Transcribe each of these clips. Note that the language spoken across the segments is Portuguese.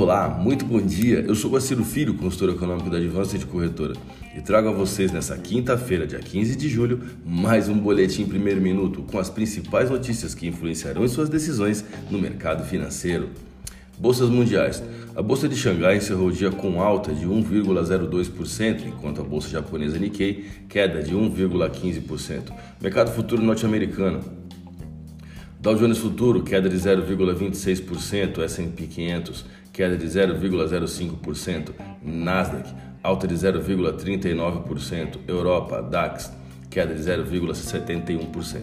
Olá, muito bom dia. Eu sou Guaciro Filho, consultor econômico da Advanced Corretora, e trago a vocês nessa quinta-feira, dia 15 de julho, mais um boletim primeiro minuto com as principais notícias que influenciarão em suas decisões no mercado financeiro. Bolsas mundiais. A Bolsa de Xangai encerrou o dia com alta de 1,02%, enquanto a Bolsa japonesa Nikkei queda de 1,15%. Mercado futuro norte-americano. Dow Jones Futuro, queda de 0,26%, S&P 500, queda de 0,05%, Nasdaq, alta de 0,39%, Europa, DAX, queda de 0,71%.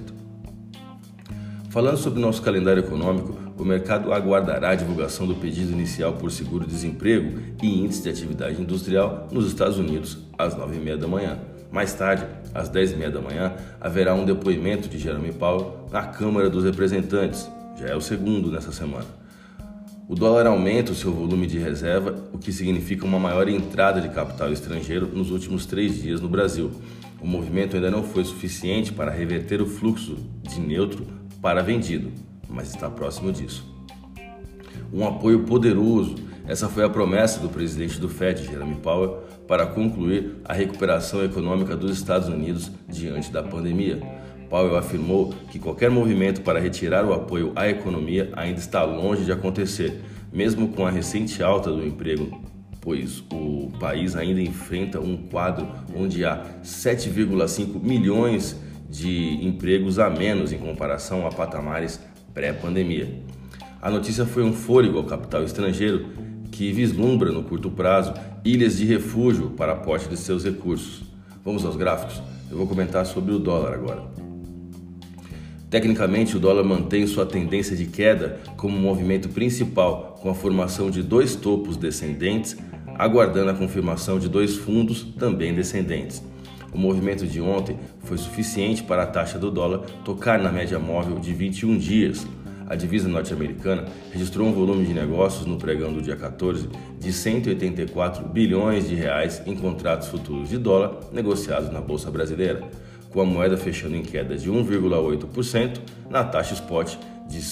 Falando sobre nosso calendário econômico, o mercado aguardará a divulgação do pedido inicial por seguro-desemprego e índice de atividade industrial nos Estados Unidos às 9h30 da manhã. Mais tarde, às 10h30 da manhã, haverá um depoimento de Jerome Powell na Câmara dos Representantes, já é o segundo nessa semana. O dólar aumenta o seu volume de reserva, o que significa uma maior entrada de capital estrangeiro nos últimos 3 dias no Brasil. O movimento ainda não foi suficiente para reverter o fluxo de neutro para vendido, mas está próximo disso. Um apoio poderoso. Essa foi a promessa do presidente do FED, Jerome Powell, para concluir a recuperação econômica dos Estados Unidos diante da pandemia. Powell afirmou que qualquer movimento para retirar o apoio à economia ainda está longe de acontecer, mesmo com a recente alta do emprego, pois o país ainda enfrenta um quadro onde há 7,5 milhões de empregos a menos em comparação a patamares pré-pandemia. A notícia foi um fôlego ao capital estrangeiro que vislumbra no curto prazo ilhas de refúgio para aporte de seus recursos. Vamos aos gráficos? Eu vou comentar sobre o dólar agora. Tecnicamente, o dólar mantém sua tendência de queda como movimento principal, com a formação de 2 topos descendentes, aguardando a confirmação de 2 fundos também descendentes. O movimento de ontem foi suficiente para a taxa do dólar tocar na média móvel de 21 dias. A divisa norte-americana registrou um volume de negócios no pregão do dia 14 de 184 bilhões de reais em contratos futuros de dólar negociados na Bolsa Brasileira, com a moeda fechando em queda de 1,8% na taxa spot de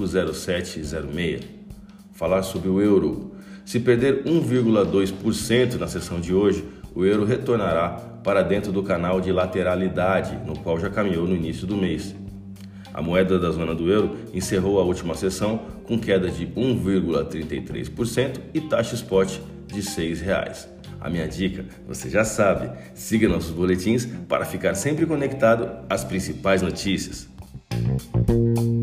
5,0706. Falar sobre o euro. Se perder 1,2% na sessão de hoje, o euro retornará para dentro do canal de lateralidade, no qual já caminhou no início do mês. A moeda da zona do euro encerrou a última sessão com queda de 1,33% e taxa spot de R$ 6. A minha dica, você já sabe, siga nossos boletins para ficar sempre conectado às principais notícias.